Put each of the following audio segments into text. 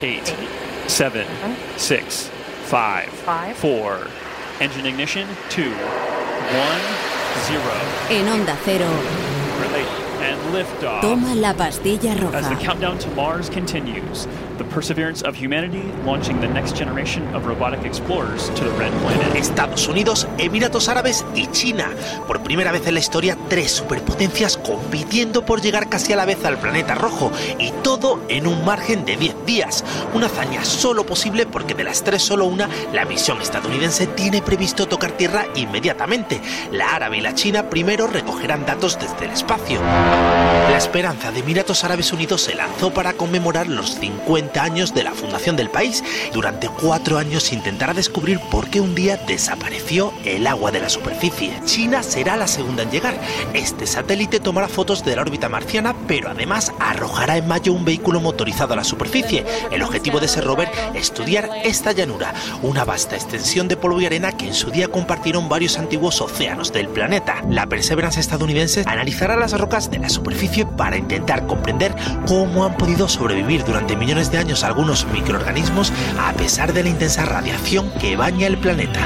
8, 7, 6, 5, 4. Engine ignition, 2, 1, 0. En Onda Cero. Relay and liftoff. Toma la pastilla roja. As the countdown to Mars continues, the perseverance of humanity launching the next generation of robotic explorers to the Red Planet. Estados Unidos, Emiratos Árabes y China. Por primera vez en la historia, 3 superpotencias compitiendo por llegar casi a la vez al planeta rojo, y todo en un margen de 10 días. Una hazaña solo posible porque de las 3 solo una, la misión estadounidense, tiene previsto tocar tierra inmediatamente. La árabe y la china primero recogerán datos desde el espacio. La esperanza de Emiratos Árabes Unidos se lanzó para conmemorar los 50 años de la fundación del país. Durante 4 años intentará descubrir por qué un día desapareció el agua de la superficie. China será la segunda en llegar. Este satélite tomará fotos de la órbita marciana, pero además arrojará en mayo un vehículo motorizado a la superficie. El objetivo de ese rover es estudiar esta llanura, una vasta extensión de polvo y arena que en su día compartieron varios antiguos océanos del planeta. La Perseverance estadounidense analizará las rocas de la superficie para intentar comprender cómo han podido sobrevivir durante millones de años algunos microorganismos a pesar de la intensa radiación que baña el planeta.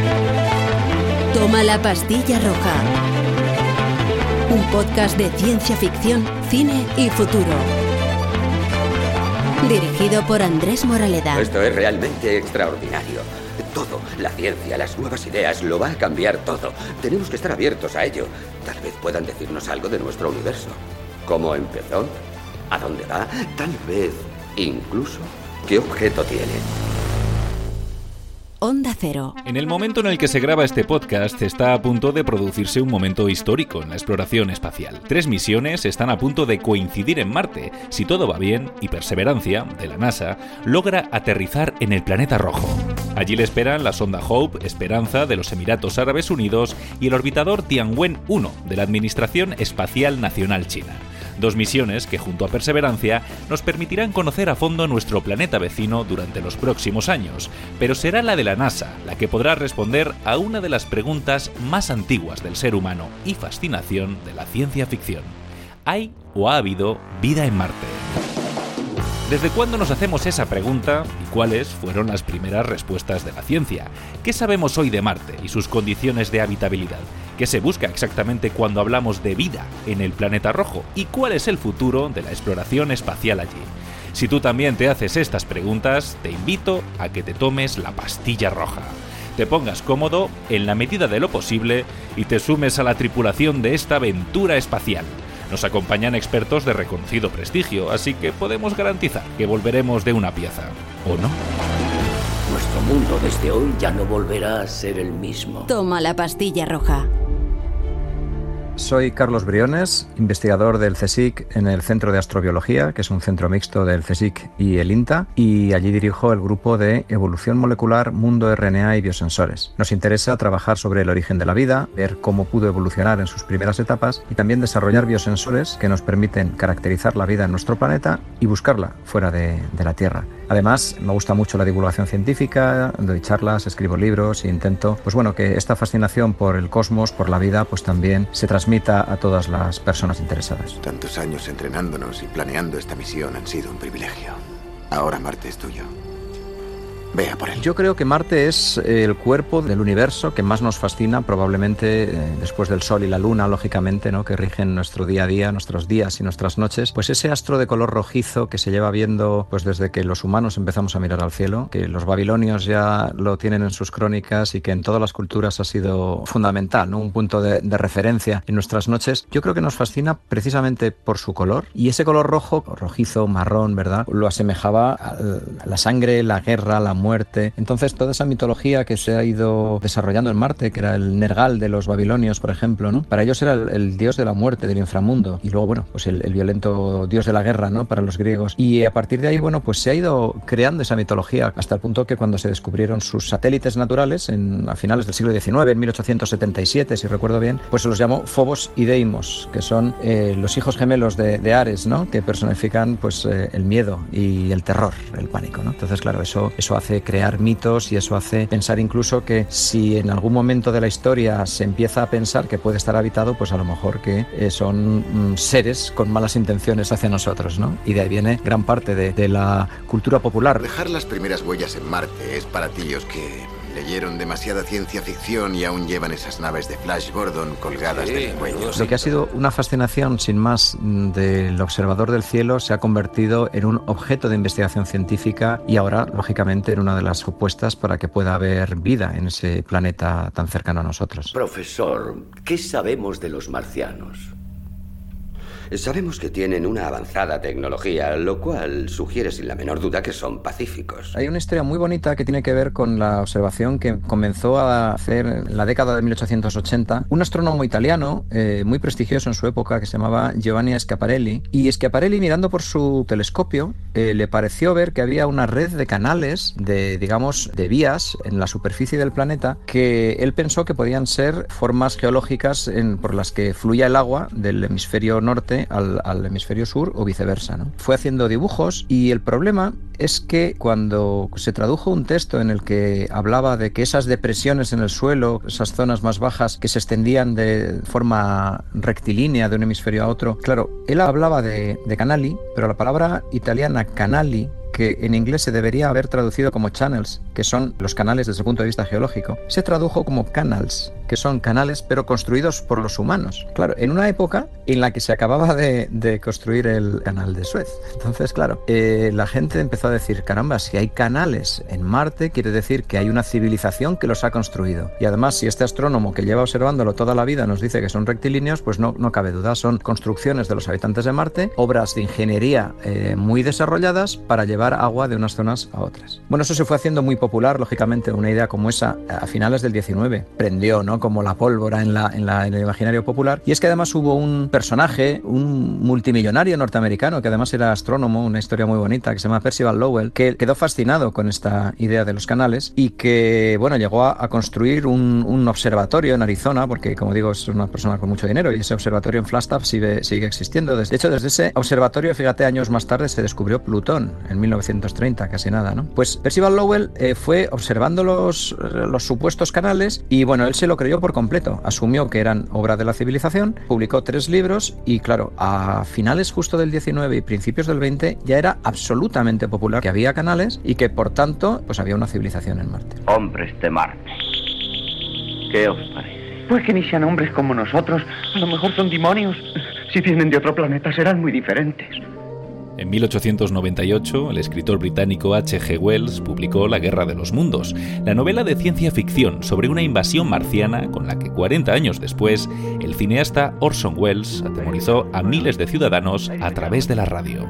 Toma la pastilla roja. Un podcast de ciencia ficción, cine y futuro. Dirigido por Andrés Moraleda. Esto es realmente extraordinario. Todo, la ciencia, las nuevas ideas, lo va a cambiar todo. Tenemos que estar abiertos a ello. Tal vez puedan decirnos algo de nuestro universo. ¿Cómo empezó? ¿A dónde va? Tal vez, incluso, ¿qué objeto tiene? Onda Cero. En el momento en el que se graba este podcast está a punto de producirse un momento histórico en la exploración espacial. 3 misiones están a punto de coincidir en Marte, si todo va bien, y Perseverancia, de la NASA, logra aterrizar en el planeta rojo. Allí le esperan la sonda Hope, Esperanza, de los Emiratos Árabes Unidos, y el orbitador Tianwen-1, de la Administración Espacial Nacional China. 2 misiones que, junto a Perseverancia, nos permitirán conocer a fondo nuestro planeta vecino durante los próximos años, pero será la de la NASA la que podrá responder a una de las preguntas más antiguas del ser humano y fascinación de la ciencia ficción. ¿Hay o ha habido vida en Marte? ¿Desde cuándo nos hacemos esa pregunta y cuáles fueron las primeras respuestas de la ciencia? ¿Qué sabemos hoy de Marte y sus condiciones de habitabilidad? ¿Qué se busca exactamente cuando hablamos de vida en el planeta rojo? ¿Y cuál es el futuro de la exploración espacial allí? Si tú también te haces estas preguntas, te invito a que te tomes la pastilla roja. Te pongas cómodo en la medida de lo posible y te sumes a la tripulación de esta aventura espacial. Nos acompañan expertos de reconocido prestigio, así que podemos garantizar que volveremos de una pieza, ¿o no? Nuestro mundo desde hoy ya no volverá a ser el mismo. Toma la pastilla roja. Soy Carlos Briones, investigador del CSIC en el Centro de Astrobiología, que es un centro mixto del CSIC y el INTA, y allí dirijo el grupo de Evolución Molecular, Mundo RNA y Biosensores. Nos interesa trabajar sobre el origen de la vida, ver cómo pudo evolucionar en sus primeras etapas y también desarrollar biosensores que nos permiten caracterizar la vida en nuestro planeta y buscarla fuera de la Tierra. Además, me gusta mucho la divulgación científica, doy charlas, escribo libros e intento, que esta fascinación por el cosmos, por la vida, pues también se transmita a todas las personas interesadas. Tantos años entrenándonos y planeando esta misión han sido un privilegio. Ahora Marte es tuyo. Vea por él. Yo creo que Marte es el cuerpo del universo que más nos fascina, probablemente después del Sol y la Luna, lógicamente, ¿no?, que rigen nuestro día a día, nuestros días y nuestras noches. Pues ese astro de color rojizo que se lleva viendo pues desde que los humanos empezamos a mirar al cielo, que los babilonios ya lo tienen en sus crónicas y que en todas las culturas ha sido fundamental, ¿no?, un punto de referencia en nuestras noches. Yo creo que nos fascina precisamente por su color, y ese color rojo, rojizo, marrón, ¿verdad?, lo asemejaba a la sangre, la guerra, la muerte. Entonces toda esa mitología que se ha ido desarrollando en Marte, que era el Nergal de los babilonios, por ejemplo, ¿no?, para ellos era el dios de la muerte, del inframundo, y luego pues el violento dios de la guerra, ¿no?, para los griegos. Y a partir de ahí pues se ha ido creando esa mitología hasta el punto que cuando se descubrieron sus satélites naturales a finales del siglo XIX, en 1877, si recuerdo bien, pues se los llamó Phobos y Deimos, que son los hijos gemelos de Ares, ¿no?, que personifican pues el miedo y el terror, el pánico, ¿no? Entonces, claro, eso hace hace crear mitos y eso hace pensar incluso que si en algún momento de la historia se empieza a pensar que puede estar habitado, pues a lo mejor que son seres con malas intenciones hacia nosotros, ¿no? Y de ahí viene gran parte de la cultura popular. Dejar las primeras huellas en Marte es para tíos que leyeron demasiada ciencia ficción y aún llevan esas naves de Flash Gordon colgadas del cuello. Lo que ha sido una fascinación sin más del observador del cielo se ha convertido en un objeto de investigación científica y ahora, lógicamente, en una de las supuestas para que pueda haber vida en ese planeta tan cercano a nosotros. Profesor, ¿qué sabemos de los marcianos? Sabemos que tienen una avanzada tecnología, lo cual sugiere sin la menor duda que son pacíficos. Hay una historia muy bonita que tiene que ver con la observación que comenzó a hacer en la década de 1880 un astrónomo italiano muy prestigioso en su época que se llamaba Giovanni Schiaparelli. Y Schiaparelli, mirando por su telescopio, le pareció ver que había una red de canales, de vías en la superficie del planeta que él pensó que podían ser formas geológicas por las que fluía el agua del hemisferio norte al hemisferio sur o viceversa, ¿no? Fue haciendo dibujos y el problema es que cuando se tradujo un texto en el que hablaba de que esas depresiones en el suelo, esas zonas más bajas que se extendían de forma rectilínea de un hemisferio a otro, claro, él hablaba de canali, pero la palabra italiana canali, que en inglés se debería haber traducido como channels, que son los canales desde el punto de vista geológico, se tradujo como canals, que son canales pero construidos por los humanos. Claro, en una época en la que se acababa de construir el canal de Suez. Entonces, claro, la gente empezó a decir, caramba, si hay canales en Marte, quiere decir que hay una civilización que los ha construido. Y además, si este astrónomo que lleva observándolo toda la vida nos dice que son rectilíneos, pues no cabe duda, son construcciones de los habitantes de Marte, obras de ingeniería muy desarrolladas para llevar agua de unas zonas a otras. Bueno, eso se fue haciendo muy popular, lógicamente, una idea como esa a finales del 19. Prendió, ¿no?, como la pólvora en el imaginario popular. Y es que además hubo un personaje, un multimillonario norteamericano, que además era astrónomo, una historia muy bonita, que se llama Percival Lowell, que quedó fascinado con esta idea de los canales y que, bueno, llegó a construir un observatorio en Arizona, porque, como digo, es una persona con mucho dinero y ese observatorio en Flagstaff sigue existiendo. De hecho, desde ese observatorio, fíjate, años más tarde se descubrió Plutón, en 1930, casi nada, ¿no? Pues Percival Lowell fue observando los supuestos canales y, bueno, él se lo creyó por completo. Asumió que eran obra de la civilización, publicó 3 libros y, claro, a finales justo del 19 y principios del 20 ya era absolutamente popular que había canales y que, por tanto, pues había una civilización en Marte. Hombres de Marte. ¿Qué os parece? Pues que ni sean hombres como nosotros. A lo mejor son demonios. Si vienen de otro planeta serán muy diferentes. En 1898, el escritor británico H.G. Wells publicó La Guerra de los Mundos, la novela de ciencia ficción sobre una invasión marciana con la que 40 años después, el cineasta Orson Welles atemorizó a miles de ciudadanos a través de la radio.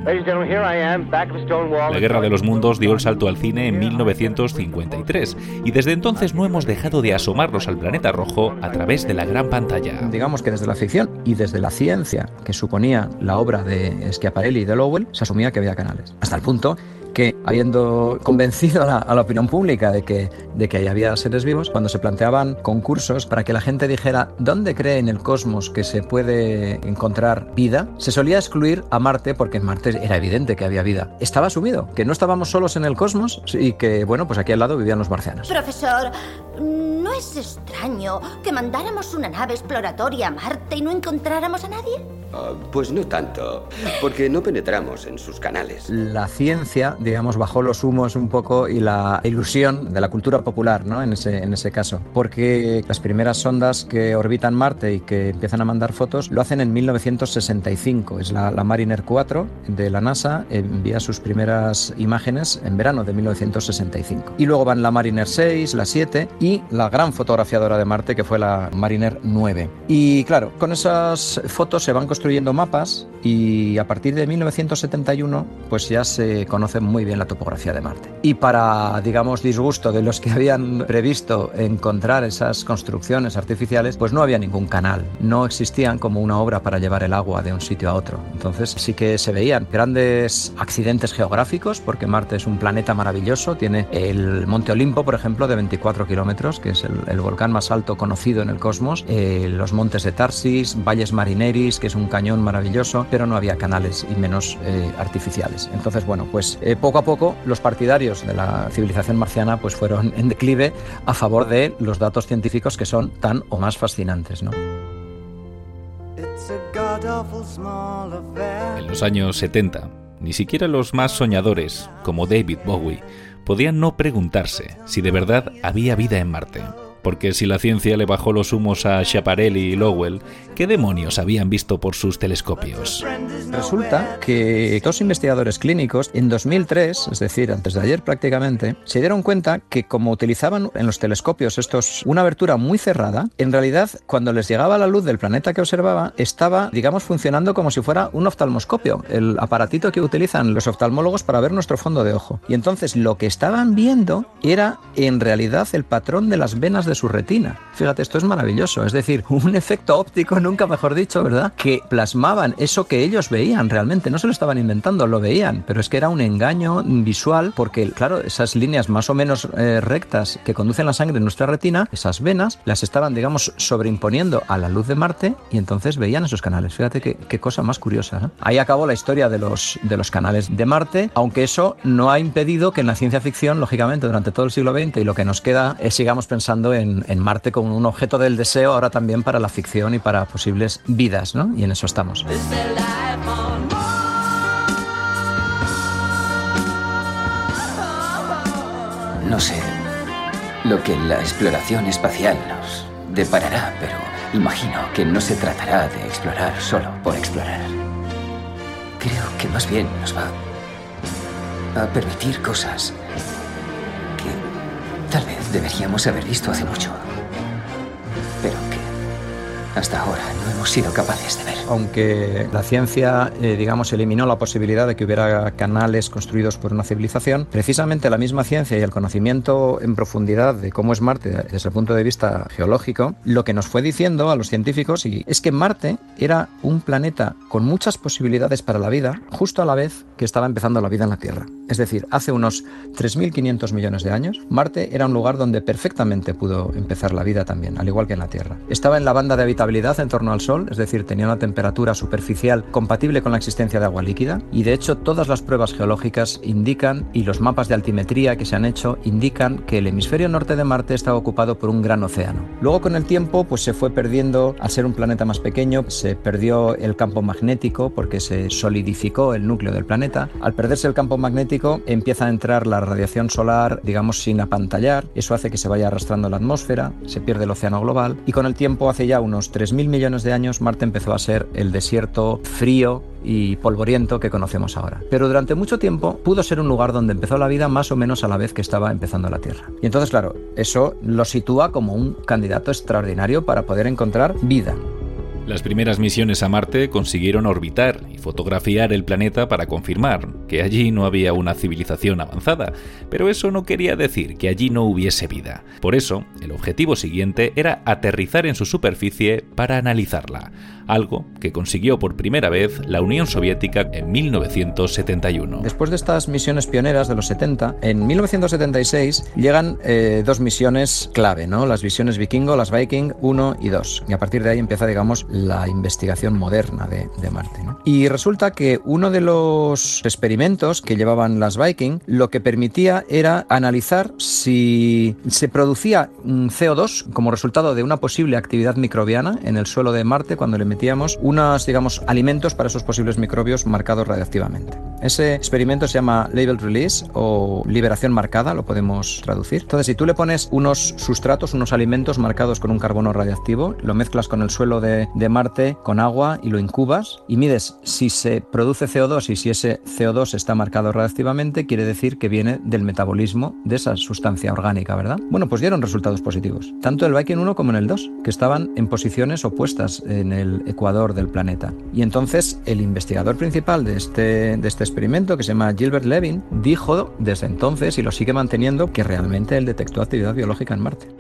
La Guerra de los Mundos dio el salto al cine en 1953 y desde entonces no hemos dejado de asomarnos al planeta rojo a través de la gran pantalla. Digamos que desde la ficción y desde la ciencia que suponía la obra de Schiaparelli y de Lowell, se asumía que había canales. Hasta el punto que, habiendo convencido a la opinión pública de que ahí había seres vivos, cuando se planteaban concursos para que la gente dijera dónde cree en el cosmos que se puede encontrar vida, se solía excluir a Marte porque en Marte era evidente que había vida. Estaba asumido, que no estábamos solos en el cosmos y que, bueno, pues aquí al lado vivían los marcianos. Profesor, ¿no es extraño que mandáramos una nave exploratoria a Marte y no encontráramos a nadie? Pues no tanto, porque no penetramos en sus canales. La ciencia, digamos, bajó los humos un poco y la ilusión de la cultura popular, ¿no?, en ese caso. Porque las primeras sondas que orbitan Marte y que empiezan a mandar fotos lo hacen en 1965. Es la Mariner 4 de la NASA, envía sus primeras imágenes en verano de 1965. Y luego van la Mariner 6, la 7 y la gran fotografiadora de Marte, que fue la Mariner 9. Y claro, con esas fotos se van construyendo mapas y a partir de 1971 pues ya se conoce muy bien la topografía de Marte. Y para, digamos, disgusto de los que habían previsto encontrar esas construcciones artificiales, pues no había ningún canal, no existían como una obra para llevar el agua de un sitio a otro. Entonces sí que se veían grandes accidentes geográficos, porque Marte es un planeta maravilloso, tiene el Monte Olimpo, por ejemplo, de 24 kilómetros, que es el volcán más alto conocido en el cosmos, los montes de Tarsis, Valles Marineris, que es un cañón maravilloso, pero no había canales y menos artificiales. Entonces, bueno, pues poco a poco los partidarios de la civilización marciana pues fueron en declive a favor de los datos científicos que son tan o más fascinantes, ¿no? En los años 70, ni siquiera los más soñadores, como David Bowie, podían no preguntarse si de verdad había vida en Marte. Porque si la ciencia le bajó los humos a Schiaparelli y Lowell, ¿qué demonios habían visto por sus telescopios? Resulta que dos investigadores clínicos en 2003, es decir, antes de ayer prácticamente, se dieron cuenta que como utilizaban en los telescopios estos una abertura muy cerrada, en realidad cuando les llegaba la luz del planeta que observaba, estaba, digamos, funcionando como si fuera un oftalmoscopio, el aparatito que utilizan los oftalmólogos para ver nuestro fondo de ojo. Y entonces lo que estaban viendo era en realidad el patrón de las venas de su retina. Fíjate, esto es maravilloso, es decir, un efecto óptico, nunca mejor dicho, ¿verdad? Que plasmaban eso que ellos veían realmente, no se lo estaban inventando, lo veían, pero es que era un engaño visual porque, claro, esas líneas más o menos rectas que conducen la sangre en nuestra retina, esas venas, las estaban, digamos, sobreimponiendo a la luz de Marte y entonces veían esos canales. Fíjate qué cosa más curiosa, ¿no? Ahí acabó la historia de los canales de Marte, aunque eso no ha impedido que en la ciencia ficción, lógicamente, durante todo el siglo XX y lo que nos queda, sigamos pensando en Marte como un objeto del deseo ahora también para la ficción y para posibles vidas, ¿no? Y en eso estamos. No sé lo que la exploración espacial nos deparará, pero imagino que no se tratará de explorar solo por explorar. Creo que más bien nos va a permitir cosas que tal vez deberíamos haber visto hace mucho, pero que hasta ahora no hemos sido capaces de ver. Aunque la ciencia, digamos, eliminó la posibilidad de que hubiera canales construidos por una civilización, precisamente la misma ciencia y el conocimiento en profundidad de cómo es Marte desde el punto de vista geológico, lo que nos fue diciendo a los científicos es que Marte era un planeta con muchas posibilidades para la vida, justo a la vez que estaba empezando la vida en la Tierra. Es decir, hace unos 3.500 millones de años, Marte era un lugar donde perfectamente pudo empezar la vida también, al igual que en la Tierra. Estaba en la banda de habitabilidad en torno al Sol, es decir, tenía una temperatura superficial compatible con la existencia de agua líquida y de hecho todas las pruebas geológicas indican y los mapas de altimetría que se han hecho indican que el hemisferio norte de Marte estaba ocupado por un gran océano. Luego con el tiempo pues se fue perdiendo, al ser un planeta más pequeño, se perdió el campo magnético porque se solidificó el núcleo del planeta. Al perderse el campo magnético empieza a entrar la radiación solar, digamos, sin apantallar, eso hace que se vaya arrastrando la atmósfera, se pierde el océano global y con el tiempo, hace ya unos 3.000 millones de años, Marte empezó a ser el desierto frío y polvoriento que conocemos ahora. Pero durante mucho tiempo pudo ser un lugar donde empezó la vida más o menos a la vez que estaba empezando la Tierra. Y entonces, claro, eso lo sitúa como un candidato extraordinario para poder encontrar vida. Las primeras misiones a Marte consiguieron orbitar y fotografiar el planeta para confirmar que allí no había una civilización avanzada, pero eso no quería decir que allí no hubiese vida. Por eso, el objetivo siguiente era aterrizar en su superficie para analizarla, algo que consiguió por primera vez la Unión Soviética en 1971. Después de estas misiones pioneras de los 70, en 1976 llegan dos misiones clave, ¿no? Las misiones Vikingo, las Viking 1 y 2, y a partir de ahí empieza, digamos, la investigación moderna de Marte, ¿no? Y resulta que uno de los experimentos que llevaban las Viking lo que permitía era analizar si se producía un CO2 como resultado de una posible actividad microbiana en el suelo de Marte cuando le metíamos unos, digamos, alimentos para esos posibles microbios marcados radiactivamente. Ese experimento se llama Label Release o liberación marcada, lo podemos traducir. Entonces, si tú le pones unos sustratos, unos alimentos marcados con un carbono radiactivo, lo mezclas con el suelo de Marte con agua y lo incubas y mides si se produce CO2 y si ese CO2 está marcado radiactivamente, quiere decir que viene del metabolismo de esa sustancia orgánica, ¿verdad? Bueno, pues dieron resultados positivos, tanto en el Viking 1 como en el 2, que estaban en posiciones opuestas en el ecuador del planeta. Y entonces el investigador principal de este experimento, que se llama Gilbert Levin, dijo desde entonces, y lo sigue manteniendo, que realmente él detectó actividad biológica en Marte.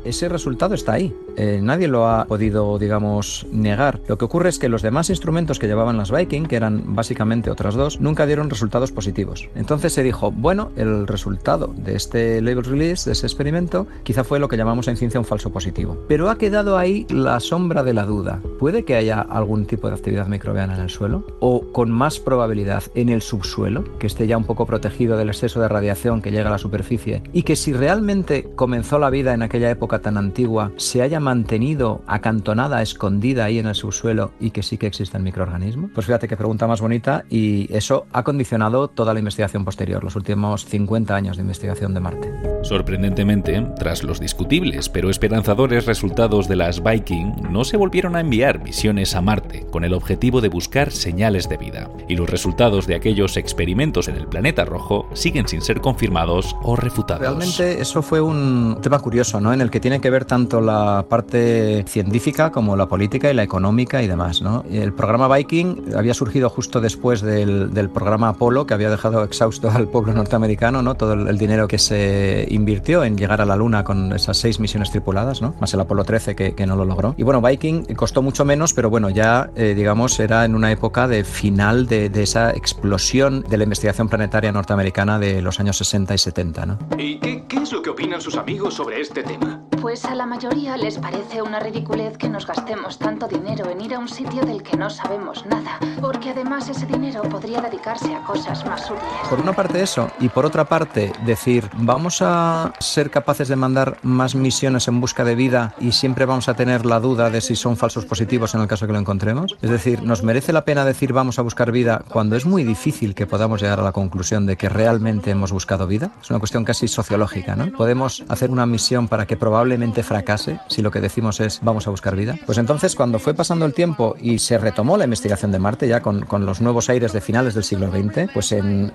ese resultado está ahí. Nadie lo ha podido, digamos, negar. Lo que ocurre es que los demás instrumentos que llevaban las Viking, que eran básicamente otras dos, nunca dieron resultados positivos. Entonces se dijo, bueno, el resultado de este label release, de ese experimento, quizá fue lo que llamamos en ciencia un falso positivo. Pero ha quedado ahí la sombra de la duda. ¿Puede que haya algún tipo de actividad microbiana en el suelo? ¿O con más probabilidad en el subsuelo, que esté ya un poco protegido del exceso de radiación que llega a la superficie? Y que si realmente comenzó la vida en aquella época tan antigua, se haya mantenido acantonada, escondida ahí en el subsuelo y que sí que existen microorganismos. Pues fíjate qué pregunta más bonita, y eso ha condicionado toda la investigación posterior, los últimos 50 años de investigación de Marte. Sorprendentemente, tras los discutibles pero esperanzadores resultados de las Viking, no se volvieron a enviar misiones a Marte con el objetivo de buscar señales de vida, y los resultados de aquellos experimentos en el planeta rojo siguen sin ser confirmados o refutados. Realmente eso fue un tema curioso, ¿no? En el que tiene que ver tanto la parte científica como la política y la económica y demás, ¿no? El programa Viking había surgido justo después del programa Apolo, que había dejado exhausto al pueblo norteamericano, ¿no? Todo el dinero que se invirtió en llegar a la Luna con esas 6 misiones tripuladas, ¿no? Más el Apolo 13 que no lo logró. Y bueno, Viking costó mucho menos, pero bueno, ya digamos era en una época de final de esa explosión de la investigación planetaria norteamericana de los años 60 y 70, ¿no? ¿Y qué es lo que opinan sus amigos sobre este tema? Pues a la mayoría les parece una ridiculez que nos gastemos tanto dinero en ir a un sitio del que no sabemos nada, porque además ese dinero podría dedicarse a cosas más útiles. Por una parte eso, y por otra parte decir, vamos a ser capaces de mandar más misiones en busca de vida y siempre vamos a tener la duda de si son falsos positivos en el caso que lo encontremos. Es decir, ¿nos merece la pena decir vamos a buscar vida cuando es muy difícil que podamos llegar a la conclusión de que realmente hemos buscado vida? Es una cuestión casi sociológica, ¿no? ¿Podemos hacer una misión para que probablemente fracase si lo que decimos es vamos a buscar vida? Pues entonces, cuando fue pasando el tiempo y se retomó la investigación de Marte ya con los nuevos aires de finales del siglo XX, pues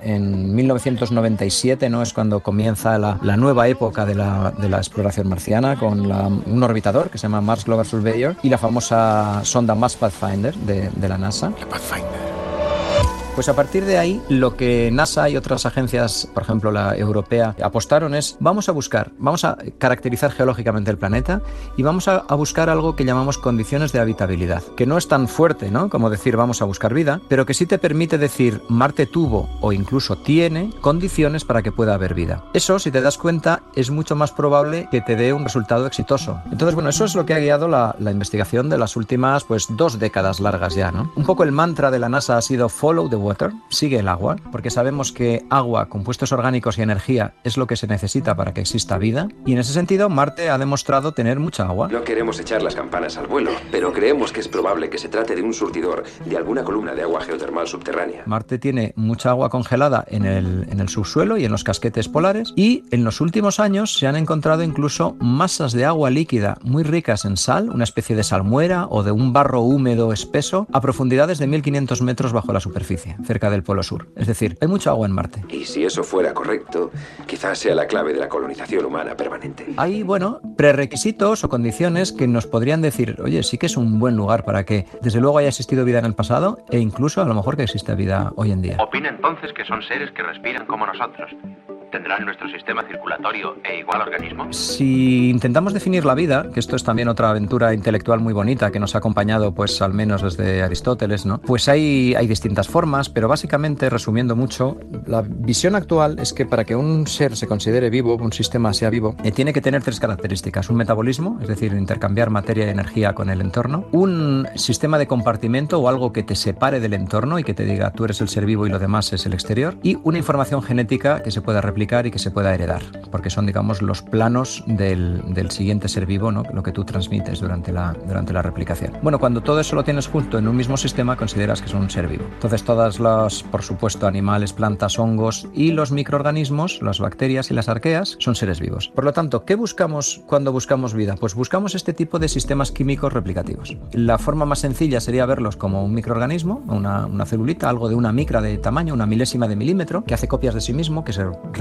en 1997, ¿no? Es cuando comienza la nueva época de la exploración marciana con un orbitador que se llama Mars Global Surveyor y la famosa sonda Mars Pathfinder de la NASA. La Pathfinder. Pues a partir de ahí, lo que NASA y otras agencias, por ejemplo la europea, apostaron es vamos a caracterizar geológicamente el planeta y vamos a buscar algo que llamamos condiciones de habitabilidad, que no es tan fuerte, ¿no?, como decir vamos a buscar vida, pero que sí te permite decir Marte tuvo o incluso tiene condiciones para que pueda haber vida. Eso, si te das cuenta, es mucho más probable que te dé un resultado exitoso. Entonces, bueno, eso es lo que ha guiado la investigación de las últimas, pues, 2 décadas largas ya, ¿no? Un poco el mantra de la NASA ha sido follow the water, sigue el agua, porque sabemos que agua, compuestos orgánicos y energía es lo que se necesita para que exista vida, y en ese sentido Marte ha demostrado tener mucha agua. No queremos echar las campanas al vuelo, pero creemos que es probable que se trate de un surtidor de alguna columna de agua geotermal subterránea. Marte tiene mucha agua congelada en el subsuelo y en los casquetes polares, y en los últimos años se han encontrado incluso masas de agua líquida muy ricas en sal, una especie de salmuera o de un barro húmedo espeso, a profundidades de 1500 metros bajo la superficie, cerca del Polo Sur. Es decir, hay mucha agua en Marte. Y si eso fuera correcto, quizás sea la clave de la colonización humana permanente. Hay, bueno, prerequisitos o condiciones que nos podrían decir, oye, sí que es un buen lugar para que, desde luego, haya existido vida en el pasado e incluso a lo mejor que existe vida hoy en día. Opina entonces que son seres que respiran como nosotros. ¿Tendrán nuestro sistema circulatorio e igual organismo? Si intentamos definir la vida, que esto es también otra aventura intelectual muy bonita que nos ha acompañado, pues al menos desde Aristóteles, ¿no? Pues hay distintas formas, pero básicamente, resumiendo mucho, la visión actual es que para que un ser se considere vivo, un sistema sea vivo, tiene que tener 3 características: un metabolismo, es decir, intercambiar materia y energía con el entorno; un sistema de compartimento o algo que te separe del entorno y que te diga tú eres el ser vivo y lo demás es el exterior; y una información genética que se pueda replicar y que se pueda heredar, porque son, digamos, los planos del siguiente ser vivo, ¿no?, lo que tú transmites durante la replicación. Bueno, cuando todo eso lo tienes junto en un mismo sistema, consideras que es un ser vivo. Entonces todas las, por supuesto, animales, plantas, hongos y los microorganismos, las bacterias y las arqueas, son seres vivos. Por lo tanto, ¿qué buscamos cuando buscamos vida? Pues buscamos este tipo de sistemas químicos replicativos. La forma más sencilla sería verlos como un microorganismo, una celulita, algo de una micra de tamaño, una milésima de milímetro, que hace copias de sí mismo, que se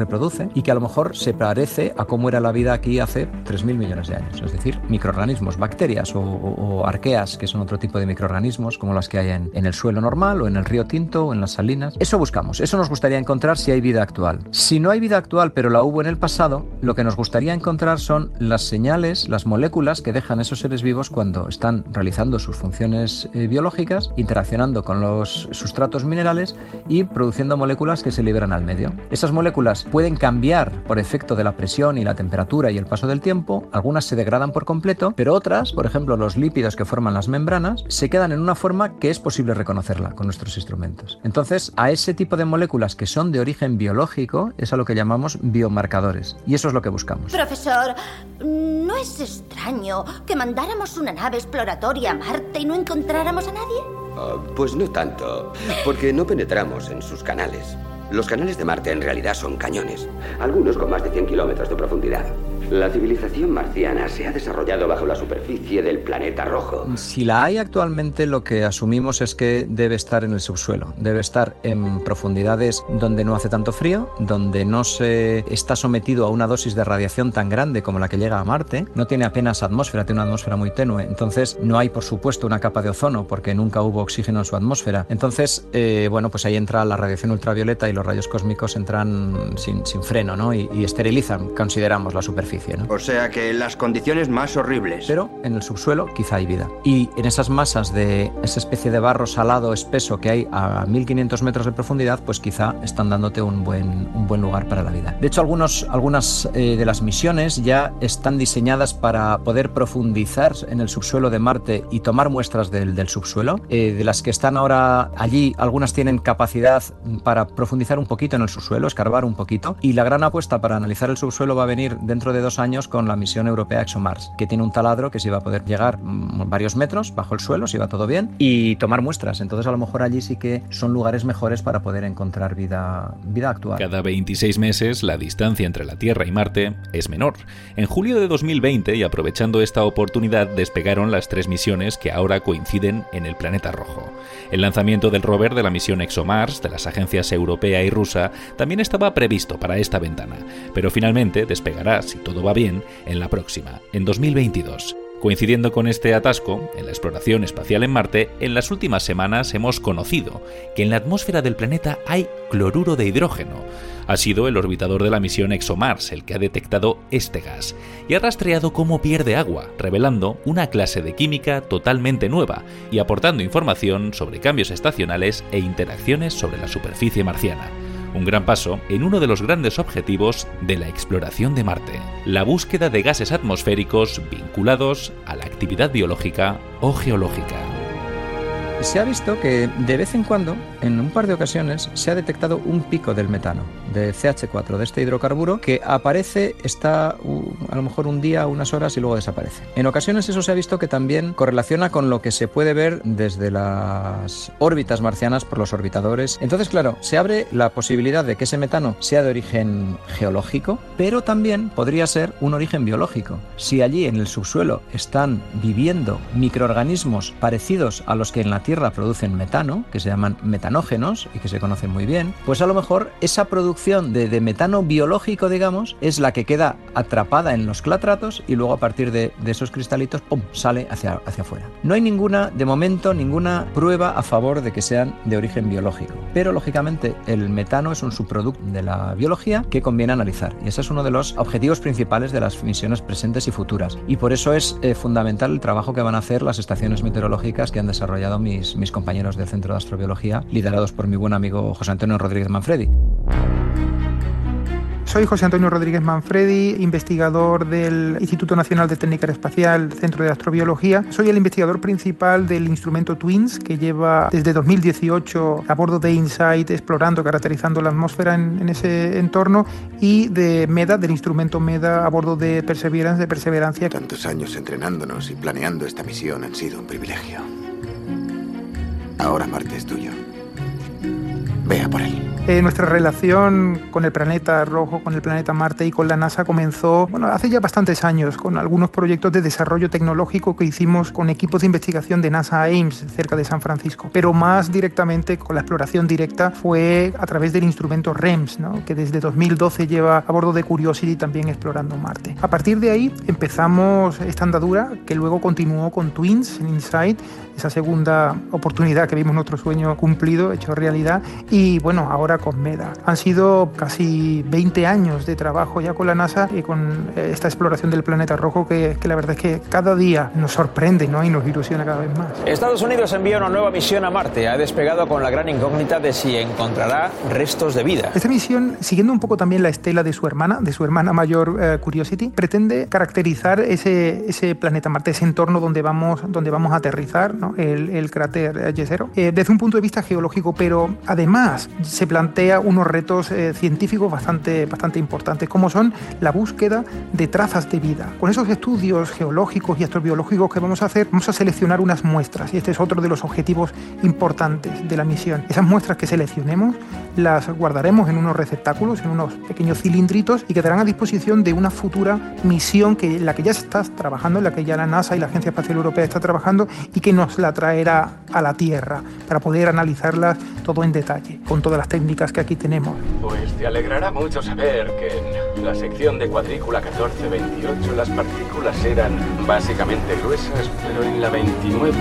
se produce y que a lo mejor se parece a cómo era la vida aquí hace 3.000 millones de años. Es decir, microorganismos, bacterias o arqueas, que son otro tipo de microorganismos como las que hay en el suelo normal o en el río Tinto o en las salinas. Eso buscamos, eso nos gustaría encontrar si hay vida actual. Si no hay vida actual pero la hubo en el pasado, lo que nos gustaría encontrar son las señales, las moléculas que dejan esos seres vivos cuando están realizando sus funciones biológicas, interaccionando con los sustratos minerales y produciendo moléculas que se liberan al medio. Esas moléculas pueden cambiar por efecto de la presión y la temperatura y el paso del tiempo, algunas se degradan por completo, pero otras, por ejemplo los lípidos que forman las membranas, se quedan en una forma que es posible reconocerla con nuestros instrumentos. Entonces, a ese tipo de moléculas que son de origen biológico es a lo que llamamos biomarcadores, y eso es lo que buscamos. Profesor, ¿no es extraño que mandáramos una nave exploratoria a Marte y no encontráramos a nadie? Pues no tanto, porque no penetramos en sus canales. Los canales de Marte en realidad son cañones, algunos con más de 100 kilómetros de profundidad. La civilización marciana se ha desarrollado bajo la superficie del planeta rojo. Si la hay actualmente, lo que asumimos es que debe estar en el subsuelo, debe estar en profundidades donde no hace tanto frío, donde no se está sometido a una dosis de radiación tan grande como la que llega a Marte, no tiene apenas atmósfera, tiene una atmósfera muy tenue, entonces no hay por supuesto una capa de ozono porque nunca hubo oxígeno en su atmósfera. Entonces, bueno, pues ahí entra la radiación ultravioleta y los rayos cósmicos entran sin freno, ¿no? Y esterilizan, consideramos, la superficie, ¿no? O sea que las condiciones más horribles. Pero en el subsuelo quizá hay vida. Y en esas masas de esa especie de barro salado espeso que hay a 1500 metros de profundidad, pues quizá están dándote un buen lugar para la vida. De hecho, algunas de las misiones ya están diseñadas para poder profundizar en el subsuelo de Marte y tomar muestras del subsuelo. De las que están ahora allí, algunas tienen capacidad para profundizar un poquito en el subsuelo, escarbar un poquito. Y la gran apuesta para analizar el subsuelo va a venir dentro de 2 años con la misión europea ExoMars, que tiene un taladro que sí va a poder llegar varios metros bajo el suelo, si va todo bien, y tomar muestras. Entonces a lo mejor allí sí que son lugares mejores para poder encontrar vida actual. Cada 26 meses la distancia entre la Tierra y Marte es menor. En julio de 2020, y aprovechando esta oportunidad, despegaron las 3 misiones que ahora coinciden en el planeta rojo. El lanzamiento del rover de la misión ExoMars de las agencias europea y rusa también estaba previsto para esta ventana, pero finalmente despegará, si todo va bien, en la próxima, en 2022. Coincidiendo con este atasco, en la exploración espacial en Marte, en las últimas semanas hemos conocido que en la atmósfera del planeta hay cloruro de hidrógeno. Ha sido el orbitador de la misión ExoMars el que ha detectado este gas y ha rastreado cómo pierde agua, revelando una clase de química totalmente nueva y aportando información sobre cambios estacionales e interacciones sobre la superficie marciana. Un gran paso en uno de los grandes objetivos de la exploración de Marte, la búsqueda de gases atmosféricos vinculados a la actividad biológica o geológica. Se ha visto que de vez en cuando, en un par de ocasiones, se ha detectado un pico del metano, de CH4, de este hidrocarburo, que aparece, está a lo mejor un día, unas horas y luego desaparece. En ocasiones eso se ha visto que también correlaciona con lo que se puede ver desde las órbitas marcianas por los orbitadores. Entonces, claro, se abre la posibilidad de que ese metano sea de origen geológico, pero también podría ser un origen biológico. Si allí en el subsuelo están viviendo microorganismos parecidos a los que en la Tierra producen metano, que se llaman metanógenos y que se conocen muy bien, pues a lo mejor esa producción de metano biológico, digamos, es la que queda atrapada en los clatratos y luego a partir de esos cristalitos, ¡pum!, sale hacia afuera. No hay de momento, ninguna prueba a favor de que sean de origen biológico, pero lógicamente el metano es un subproducto de la biología que conviene analizar y ese es uno de los objetivos principales de las misiones presentes y futuras y por eso es fundamental el trabajo que van a hacer las estaciones meteorológicas que han desarrollado mis compañeros del Centro de Astrobiología, liderados por mi buen amigo José Antonio Rodríguez Manfredi. Soy José Antonio Rodríguez Manfredi, investigador del Instituto Nacional de Técnica Aeroespacial, Centro de Astrobiología. Soy el investigador principal del instrumento TWINS, que lleva desde 2018 a bordo de InSight explorando, caracterizando la atmósfera en ese entorno, y de MEDA, del instrumento MEDA a bordo de Perseverancia. Tantos años entrenándonos y planeando esta misión han sido un privilegio. Ahora Marte es tuyo. vea por él. Nuestra relación con el planeta rojo, con el planeta Marte y con la NASA comenzó hace ya bastantes años con algunos proyectos de desarrollo tecnológico que hicimos con equipos de investigación de NASA Ames cerca de San Francisco, pero más directamente con la exploración directa fue a través del instrumento REMS, ¿no? Que desde 2012 lleva a bordo de Curiosity también explorando Marte. A partir de ahí empezamos esta andadura que luego continuó con Twins en InSight, esa segunda oportunidad que vimos nuestro sueño cumplido, hecho realidad, y ahora con MEDA. Han sido casi 20 años de trabajo ya con la NASA y con esta exploración del planeta rojo que la verdad es que cada día nos sorprende, ¿no? Y nos ilusiona cada vez más. Estados Unidos envía una nueva misión a Marte. Ha despegado con la gran incógnita de si encontrará restos de vida. Esta misión, siguiendo un poco también la estela de su hermana mayor Curiosity, pretende caracterizar ese planeta Marte, ese entorno donde vamos a aterrizar, ¿no? El cráter Jezero, desde un punto de vista geológico, pero además se plantea unos retos científicos bastante importantes, como son la búsqueda de trazas de vida. Con esos estudios geológicos y astrobiológicos que vamos a hacer, vamos a seleccionar unas muestras, y este es otro de los objetivos importantes de la misión. Esas muestras que seleccionemos las guardaremos en unos receptáculos, en unos pequeños cilindritos, y quedarán a disposición de una futura misión en la que ya se está trabajando, en la que ya la NASA y la Agencia Espacial Europea está trabajando, y que nos la traerá a la Tierra para poder analizarlas todo en detalle, con todas las técnicas que aquí tenemos. Pues te alegrará mucho saber que en la sección de cuadrícula 1428 las partículas eran básicamente gruesas, pero en la 29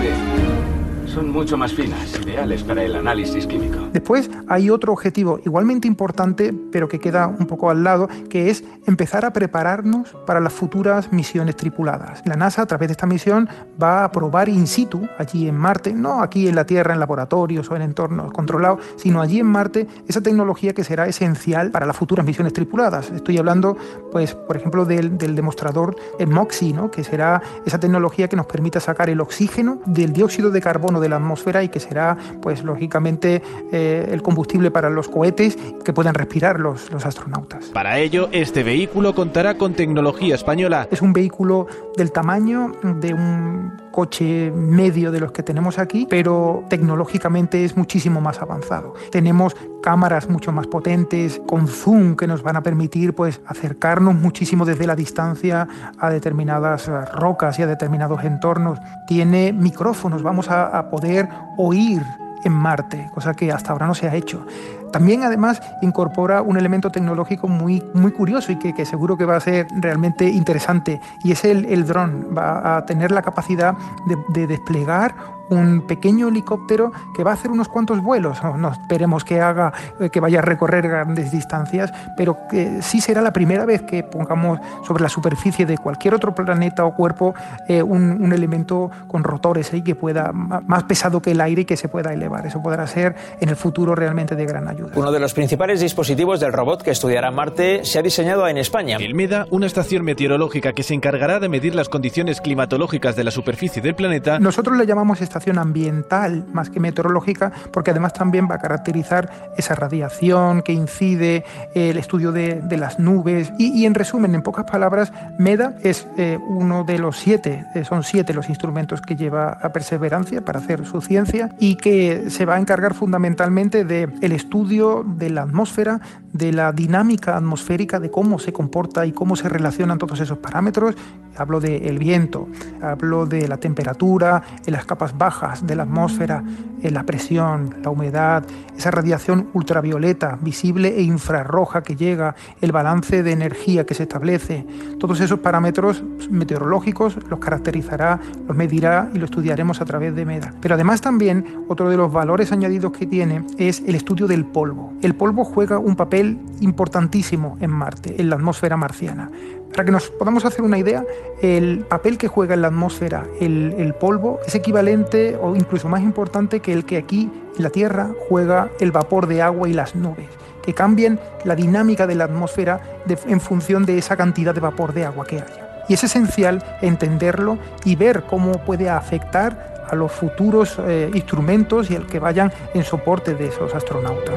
son mucho más finas, ideales para el análisis químico. Después hay otro objetivo igualmente importante, pero que queda un poco al lado, que es empezar a prepararnos para las futuras misiones tripuladas. La NASA, a través de esta misión, va a probar in situ, allí en Marte, no aquí en la Tierra, en laboratorios o en entornos controlados, sino allí en Marte, esa tecnología que será esencial para las futuras misiones tripuladas. Estoy hablando, pues, por ejemplo, del demostrador MOXIE, ¿no? Que será esa tecnología que nos permita sacar el oxígeno del dióxido de carbono de la atmósfera y que será, pues, lógicamente, el combustible para los cohetes que puedan respirar los astronautas. Para ello, este vehículo contará con tecnología española. Es un vehículo del tamaño de un coche medio de los que tenemos aquí, pero tecnológicamente es muchísimo más avanzado. Tenemos cámaras mucho más potentes, con zoom, que nos van a permitir, pues, acercarnos muchísimo desde la distancia a determinadas rocas y a determinados entornos. Tiene micrófonos, vamos a poder oír en Marte, cosa que hasta ahora no se ha hecho. También, además, incorpora un elemento tecnológico muy curioso y que seguro que va a ser realmente interesante, y es el dron. Va a tener la capacidad de desplegar un pequeño helicóptero que va a hacer unos cuantos vuelos. No esperemos que vaya a recorrer grandes distancias, pero que sí será la primera vez que pongamos sobre la superficie de cualquier otro planeta o cuerpo un elemento con rotores que pueda, más pesado que el aire, y que se pueda elevar. Eso podrá ser en el futuro realmente de gran ayuda. Uno de los principales dispositivos del robot que estudiará Marte se ha diseñado en España. El MEDA, una estación meteorológica que se encargará de medir las condiciones climatológicas de la superficie del planeta. Nosotros le llamamos estación ambiental más que meteorológica, porque además también va a caracterizar esa radiación que incide, el estudio de las nubes, y en resumen, en pocas palabras, MEDA es uno de los 7, son 7 los instrumentos que lleva a Perseverancia para hacer su ciencia, y que se va a encargar fundamentalmente del estudio de la atmósfera, de la dinámica atmosférica, de cómo se comporta y cómo se relacionan todos esos parámetros. Hablo del viento, hablo de la temperatura en las capas bajas de la atmósfera, la presión, la humedad, esa radiación ultravioleta, visible e infrarroja que llega, el balance de energía que se establece. Todos esos parámetros meteorológicos los caracterizará, los medirá y lo estudiaremos a través de MEDA. Pero además también otro de los valores añadidos que tiene es el estudio del polvo. El polvo juega un papel importantísimo en Marte, en la atmósfera marciana. Para que nos podamos hacer una idea, el papel que juega en la atmósfera el polvo es equivalente o incluso más importante que el que aquí en la Tierra juega el vapor de agua y las nubes, que cambian la dinámica de la atmósfera en función de esa cantidad de vapor de agua que haya. Y es esencial entenderlo y ver cómo puede afectar a los futuros instrumentos y el que vayan en soporte de esos astronautas.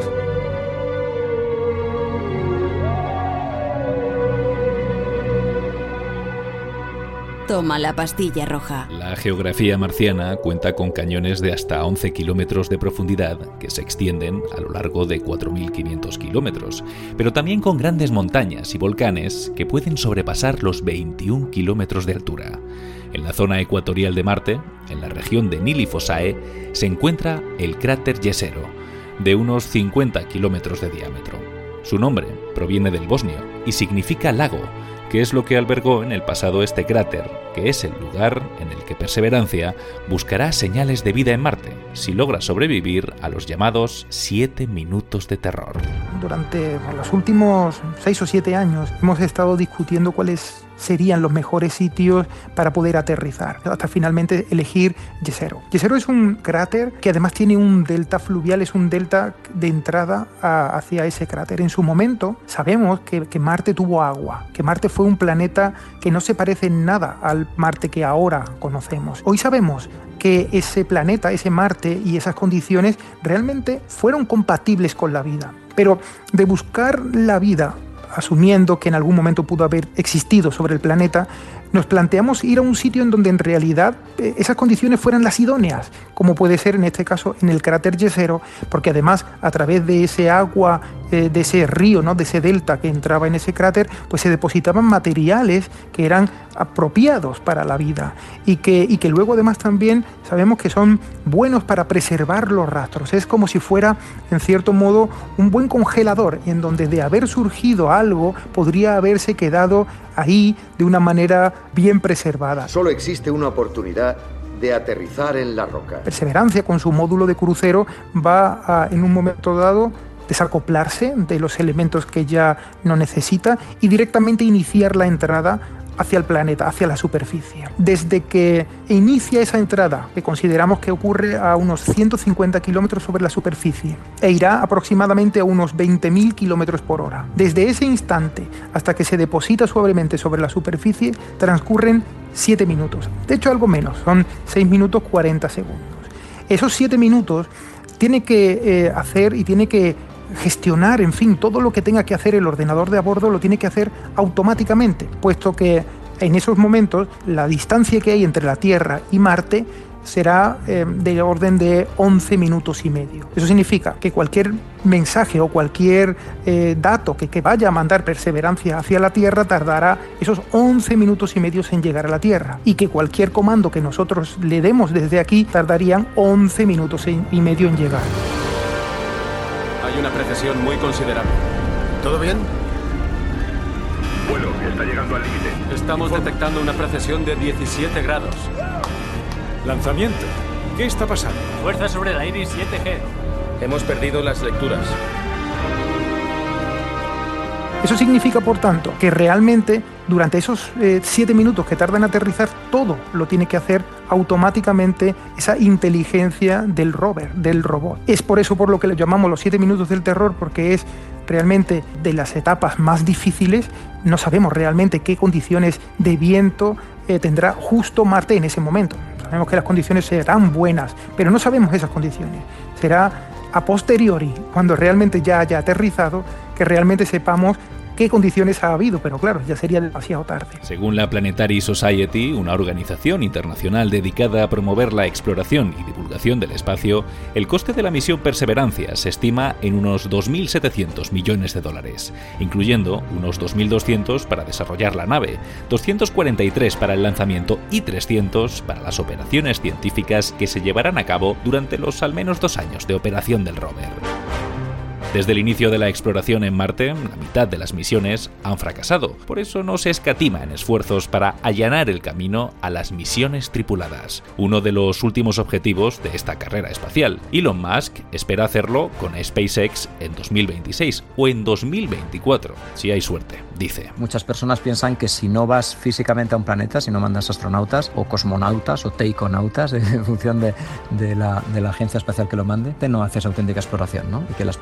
toma la pastilla roja. La geografía marciana cuenta con cañones de hasta 11 kilómetros de profundidad que se extienden a lo largo de 4.500 kilómetros, pero también con grandes montañas y volcanes que pueden sobrepasar los 21 kilómetros de altura. En la zona ecuatorial de Marte, en la región de Nili-Fosae, se encuentra el cráter Jezero, de unos 50 kilómetros de diámetro. Su nombre proviene del bosnio y significa lago, que es lo que albergó en el pasado este cráter, que es el lugar en el que Perseverancia buscará señales de vida en Marte, si logra sobrevivir a los llamados 7 minutos de terror. Durante los últimos 6 o 7 años hemos estado discutiendo cuáles serían los mejores sitios para poder aterrizar, hasta finalmente elegir Jezero. Jezero es un cráter que además tiene un delta fluvial, es un delta de entrada hacia ese cráter. En su momento sabemos que Marte tuvo agua, que Marte fue un planeta que no se parece en nada al Marte que ahora conocemos. Hoy sabemos que ese planeta, ese Marte y esas condiciones realmente fueron compatibles con la vida. Pero de buscar la vida, asumiendo que en algún momento pudo haber existido sobre el planeta, nos planteamos ir a un sitio en donde en realidad esas condiciones fueran las idóneas, como puede ser en este caso en el cráter Jezero, porque además a través de ese agua, de ese río, ¿no?, de ese delta que entraba en ese cráter, pues se depositaban materiales que eran apropiados para la vida y que luego además también sabemos que son buenos para preservar los rastros. Es como si fuera en cierto modo un buen congelador en donde de haber surgido algo podría haberse quedado ahí de una manera bien preservada. Solo existe una oportunidad de aterrizar en la roca. Perseverancia, con su módulo de crucero, va a, en un momento dado, desacoplarse de los elementos que ya no necesita y directamente iniciar la entrada hacia el planeta, hacia la superficie. Desde que inicia esa entrada, que consideramos que ocurre a unos 150 kilómetros sobre la superficie, e irá aproximadamente a unos 20.000 kilómetros por hora. Desde ese instante hasta que se deposita suavemente sobre la superficie, transcurren 7 minutos. De hecho, algo menos, son 6 minutos 40 segundos. Esos 7 minutos tiene que hacer y tiene que gestionar, en fin, todo lo que tenga que hacer el ordenador de a bordo lo tiene que hacer automáticamente, puesto que en esos momentos la distancia que hay entre la Tierra y Marte será del orden de 11 minutos y medio. Eso significa que cualquier mensaje o cualquier dato que vaya a mandar Perseverancia hacia la Tierra tardará esos 11 minutos y medio en llegar a la Tierra, y que cualquier comando que nosotros le demos desde aquí tardarían 11 minutos y medio en llegar. Hay una precesión muy considerable. ¿Todo bien? Vuelo, está llegando al límite. Estamos detectando una precesión de 17 grados. Lanzamiento. ¿Qué está pasando? Fuerza sobre la Iris 7G. Hemos perdido las lecturas. Eso significa, por tanto, que realmente durante esos 7 minutos que tarda en aterrizar, todo lo tiene que hacer automáticamente esa inteligencia del rover, del robot. Es por eso por lo que le llamamos los 7 minutos del terror, porque es realmente de las etapas más difíciles. No sabemos realmente qué condiciones de viento tendrá justo Marte en ese momento. Sabemos que las condiciones serán buenas, pero no sabemos esas condiciones. Será a posteriori, cuando realmente ya haya aterrizado, que realmente sepamos qué condiciones ha habido, pero claro, ya sería demasiado tarde. Según la Planetary Society, una organización internacional dedicada a promover la exploración y divulgación del espacio, el coste de la misión Perseverancia se estima en unos 2.700 millones de dólares, incluyendo unos 2.200 para desarrollar la nave, 243 para el lanzamiento y 300 para las operaciones científicas que se llevarán a cabo durante los al menos 2 años de operación del rover. Desde el inicio de la exploración en Marte, la mitad de las misiones han fracasado. Por eso no se escatima en esfuerzos para allanar el camino a las misiones tripuladas, uno de los últimos objetivos de esta carrera espacial. Elon Musk espera hacerlo con SpaceX en 2026 o en 2024, si hay suerte, dice. Muchas personas piensan que si no vas físicamente a un planeta, si no mandas astronautas o cosmonautas o teikonautas, en función de la agencia espacial que lo mande, no haces auténtica exploración, ¿no? Y que la exploración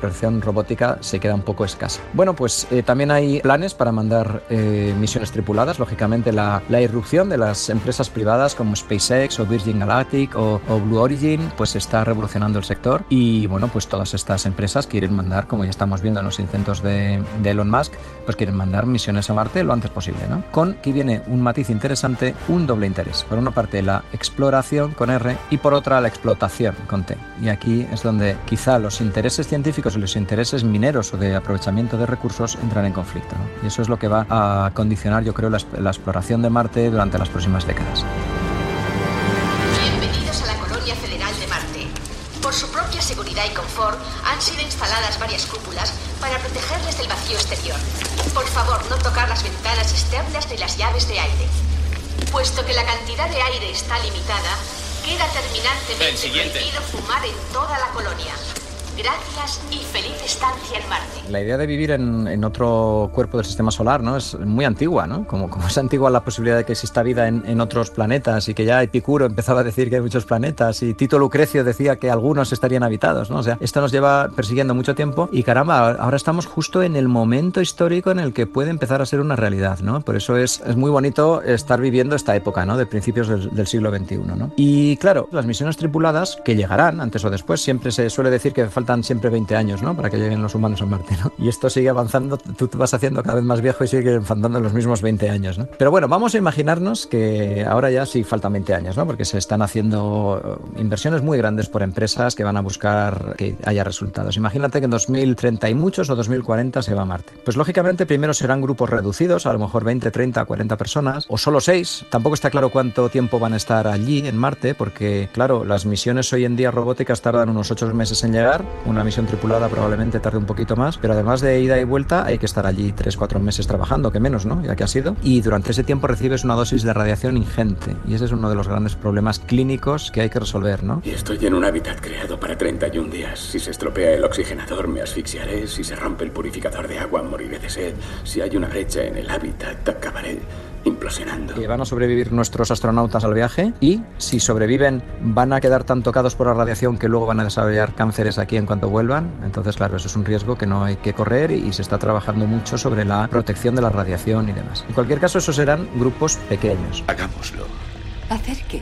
robótica se queda un poco escasa. Bueno, pues también hay planes para mandar misiones tripuladas. Lógicamente la irrupción de las empresas privadas como SpaceX o Virgin Galactic o Blue Origin pues está revolucionando el sector, y bueno, pues todas estas empresas quieren mandar, como ya estamos viendo en los intentos de Elon Musk, pues quieren mandar misiones a Marte lo antes posible, ¿no? Con que viene un matiz interesante, un doble interés. Por una parte la exploración con R y por otra la explotación con T. Y aquí es donde quizá los intereses científicos y los intereses mineros o de aprovechamiento de recursos entran en conflicto, ¿no? Y eso es lo que va a condicionar, yo creo, la exploración de Marte durante las próximas décadas. Bienvenidos a la colonia federal de Marte. Por su propia seguridad y confort, han sido instaladas varias cúpulas para protegerles del vacío exterior. Por favor, no tocar las ventanas externas ni las llaves de aire. Puesto que la cantidad de aire está limitada, queda terminantemente prohibido fumar en toda la colonia. Gracias y feliz estancia en Marte. La idea de vivir en otro cuerpo del sistema solar, ¿no?, es muy antigua, ¿no? Como es antigua la posibilidad de que exista vida en otros planetas, y que ya Epicuro empezaba a decir que hay muchos planetas, y Tito Lucrecio decía que algunos estarían habitados, ¿no? O sea, esto nos lleva persiguiendo mucho tiempo, y caramba, ahora estamos justo en el momento histórico en el que puede empezar a ser una realidad, ¿no? Por eso es muy bonito estar viviendo esta época, ¿no?, de principios del siglo XXI, ¿no? Y claro, las misiones tripuladas, que llegarán antes o después, siempre se suele decir que faltan siempre 20 años, ¿no?, para que lleguen los humanos a Marte, ¿no? Y esto sigue avanzando, tú te vas haciendo cada vez más viejo y sigue faltando los mismos 20 años, ¿no? Pero bueno, vamos a imaginarnos que ahora ya sí faltan 20 años, ¿no?, porque se están haciendo inversiones muy grandes por empresas que van a buscar que haya resultados. Imagínate que en 2030 y muchos o 2040 se va a Marte. Pues lógicamente primero serán grupos reducidos, a lo mejor 20, 30, 40 personas, o solo 6. Tampoco está claro cuánto tiempo van a estar allí en Marte, porque claro, las misiones hoy en día robóticas tardan unos 8 meses en llegar. Una misión tripulada probablemente tarde un poquito más, pero además de ida y vuelta hay que estar allí 3-4 meses trabajando, que menos, ¿no?, ya que ha sido. Y durante ese tiempo recibes una dosis de radiación ingente, y ese es uno de los grandes problemas clínicos que hay que resolver, ¿no? Y estoy en un hábitat creado para 31 días. Si se estropea el oxigenador me asfixiaré, si se rompe el purificador de agua moriré de sed, si hay una brecha en el hábitat acabaré implosionando. Van a sobrevivir nuestros astronautas al viaje, y si sobreviven van a quedar tan tocados por la radiación que luego van a desarrollar cánceres aquí en cuanto vuelvan. Entonces, claro, eso es un riesgo que no hay que correr, y se está trabajando mucho sobre la protección de la radiación y demás. En cualquier caso, esos serán grupos pequeños. Hagámoslo. ¿Hacer qué?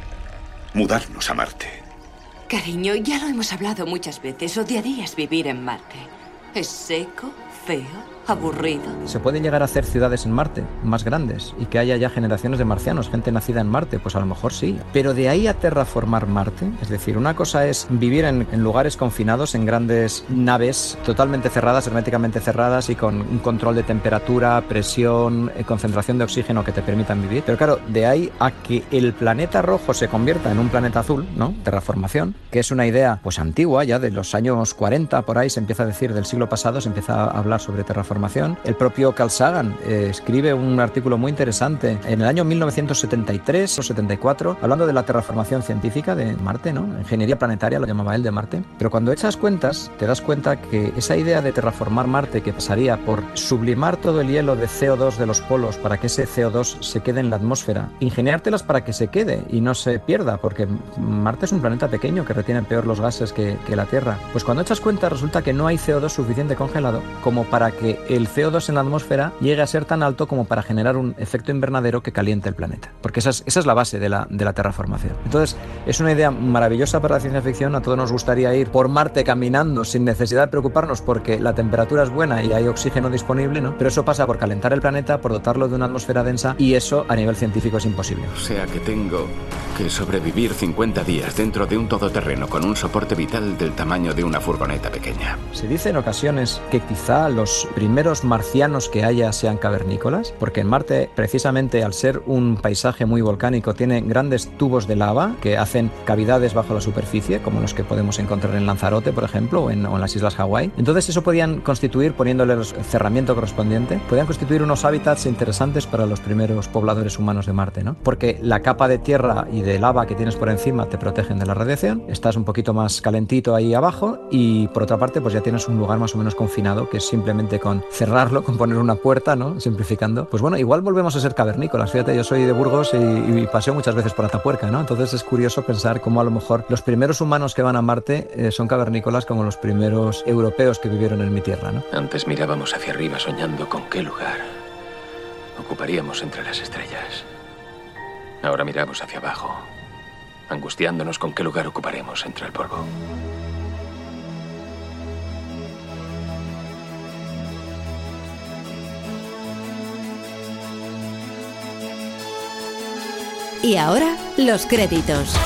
Mudarnos a Marte. Cariño, ya lo hemos hablado muchas veces. Odiarías vivir en Marte. Es seco, feo, aburrido. ¿Se pueden llegar a hacer ciudades en Marte más grandes y que haya ya generaciones de marcianos, gente nacida en Marte? Pues a lo mejor sí. Pero de ahí a terraformar Marte, es decir, una cosa es vivir en lugares confinados, en grandes naves totalmente cerradas, herméticamente cerradas, y con un control de temperatura, presión, concentración de oxígeno que te permitan vivir. Pero claro, de ahí a que el planeta rojo se convierta en un planeta azul, ¿no?, terraformación, que es una idea pues antigua, ya de los años 40, por ahí se empieza a decir, del siglo pasado se empieza a hablar sobre terraformación. El propio Carl Sagan escribe un artículo muy interesante en el año 1973 o 74 hablando de la terraformación científica de Marte, ¿no? Ingeniería planetaria lo llamaba él, de Marte. Pero cuando echas cuentas, te das cuenta que esa idea de terraformar Marte, que pasaría por sublimar todo el hielo de CO2 de los polos para que ese CO2 se quede en la atmósfera, ingeniártelas para que se quede y no se pierda, porque Marte es un planeta pequeño que retiene peor los gases que la Tierra. Pues cuando echas cuenta resulta que no hay CO2 suficiente congelado como para que el CO2 en la atmósfera llegue a ser tan alto como para generar un efecto invernadero que caliente el planeta. Porque esa es la base de la terraformación. Entonces, es una idea maravillosa para la ciencia ficción. A todos nos gustaría ir por Marte caminando sin necesidad de preocuparnos porque la temperatura es buena y hay oxígeno disponible, ¿no? Pero eso pasa por calentar el planeta, por dotarlo de una atmósfera densa, y eso a nivel científico es imposible. O sea que tengo que sobrevivir 50 días dentro de un todoterreno con un soporte vital del tamaño de una furgoneta pequeña. Se dice en ocasiones que quizá los primeros marcianos que haya sean cavernícolas, porque en Marte, precisamente al ser un paisaje muy volcánico, tiene grandes tubos de lava que hacen cavidades bajo la superficie, como los que podemos encontrar en Lanzarote, por ejemplo, o en las Islas Hawái. Entonces eso podían constituir, poniéndole el cerramiento correspondiente, podían constituir unos hábitats interesantes para los primeros pobladores humanos de Marte, ¿no? Porque la capa de tierra y de lava que tienes por encima te protegen de la radiación, estás un poquito más calentito ahí abajo y por otra parte pues ya tienes un lugar más o menos confinado que es simplemente con cerrarlo, con poner una puerta, ¿no? Simplificando. Pues bueno, igual volvemos a ser cavernícolas. Fíjate, yo soy de Burgos y paseo muchas veces por Atapuerca, ¿no? Entonces es curioso pensar cómo a lo mejor los primeros humanos que van a Marte son cavernícolas como los primeros europeos que vivieron en mi tierra, ¿no? Antes mirábamos hacia arriba soñando con qué lugar ocuparíamos entre las estrellas. Ahora miramos hacia abajo, angustiándonos con qué lugar ocuparemos entre el polvo. Y ahora, los créditos.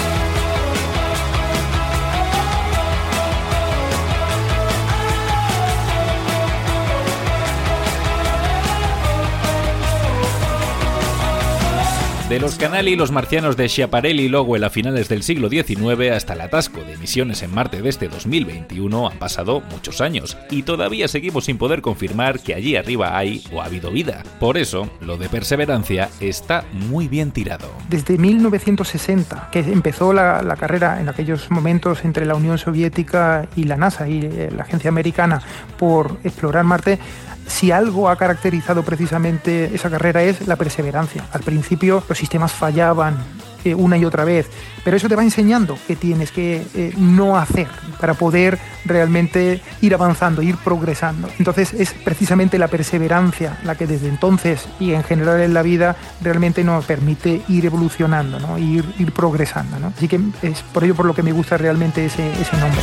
De los Canali, los marcianos de Schiaparelli y Lowell a finales del siglo XIX hasta el atasco de misiones en Marte de este 2021 han pasado muchos años y todavía seguimos sin poder confirmar que allí arriba hay o ha habido vida. Por eso, lo de Perseverancia está muy bien tirado. Desde 1960, que empezó la carrera en aquellos momentos entre la Unión Soviética y la NASA y la agencia americana por explorar Marte, si algo ha caracterizado precisamente esa carrera es la perseverancia. Al principio los sistemas fallaban una y otra vez, pero eso te va enseñando qué tienes que no hacer para poder realmente ir avanzando, ir progresando. Entonces es precisamente la perseverancia la que desde entonces y en general en la vida realmente nos permite ir evolucionando, ¿no? ir progresando, ¿no? Así que es por ello por lo que me gusta realmente ese nombre.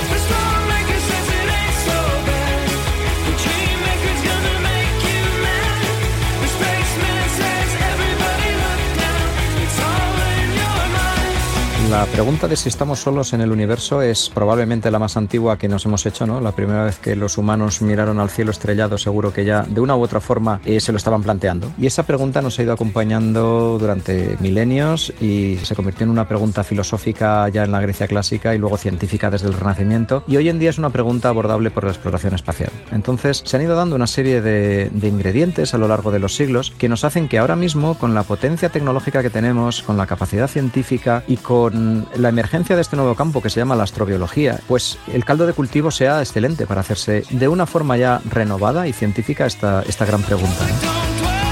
La pregunta de si estamos solos en el universo es probablemente la más antigua que nos hemos hecho, ¿no? La primera vez que los humanos miraron al cielo estrellado, seguro que ya de una u otra forma se lo estaban planteando. Y esa pregunta nos ha ido acompañando durante milenios y se convirtió en una pregunta filosófica ya en la Grecia clásica y luego científica desde el Renacimiento. Y hoy en día es una pregunta abordable por la exploración espacial. Entonces se han ido dando una serie de ingredientes a lo largo de los siglos que nos hacen que ahora mismo, con la potencia tecnológica que tenemos, con la capacidad científica y con la emergencia de este nuevo campo que se llama la astrobiología, pues el caldo de cultivo sea excelente para hacerse de una forma ya renovada y científica esta gran pregunta, ¿no?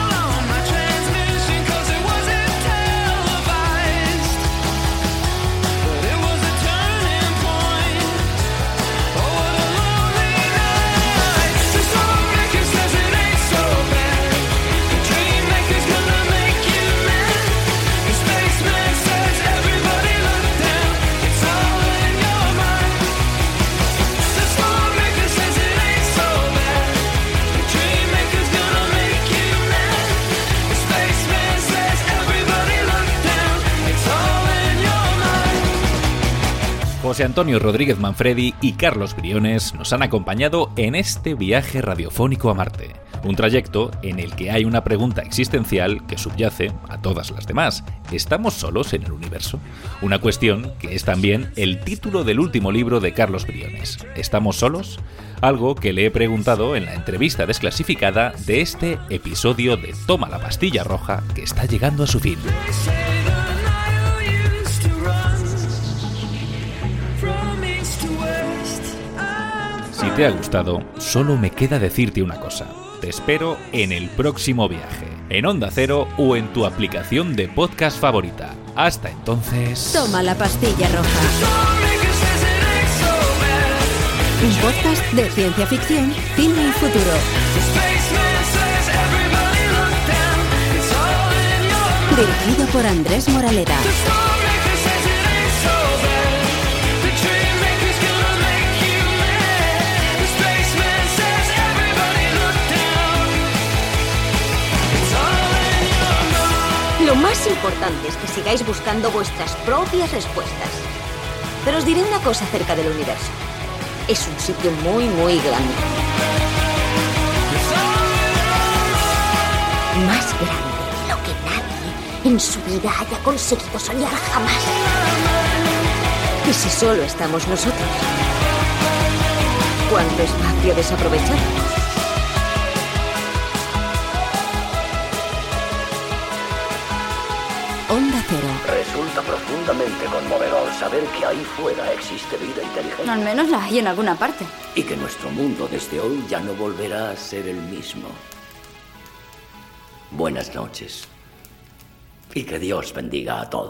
José Antonio Rodríguez Manfredi y Carlos Briones nos han acompañado en este viaje radiofónico a Marte. Un trayecto en el que hay una pregunta existencial que subyace a todas las demás. ¿Estamos solos en el universo? Una cuestión que es también el título del último libro de Carlos Briones. ¿Estamos solos? Algo que le he preguntado en la entrevista desclasificada de este episodio de Toma la pastilla roja que está llegando a su fin. Si te ha gustado, solo me queda decirte una cosa. Te espero en el próximo viaje, en Onda Cero o en tu aplicación de podcast favorita. Hasta entonces... Toma la pastilla roja. Un podcast de ciencia ficción, cine y futuro. Dirigido por Andrés Moraleda. Lo más importante es que sigáis buscando vuestras propias respuestas. Pero os diré una cosa acerca del universo. Es un sitio muy, muy grande. Más grande de lo que nadie en su vida haya conseguido soñar jamás. ¿Y si solo estamos nosotros? ¿Cuánto espacio desaprovechado? Onda Cero. Resulta profundamente conmovedor saber que ahí fuera existe vida inteligente. Al menos la hay en alguna parte. Y que nuestro mundo desde hoy ya no volverá a ser el mismo. Buenas noches. Y que Dios bendiga a todos.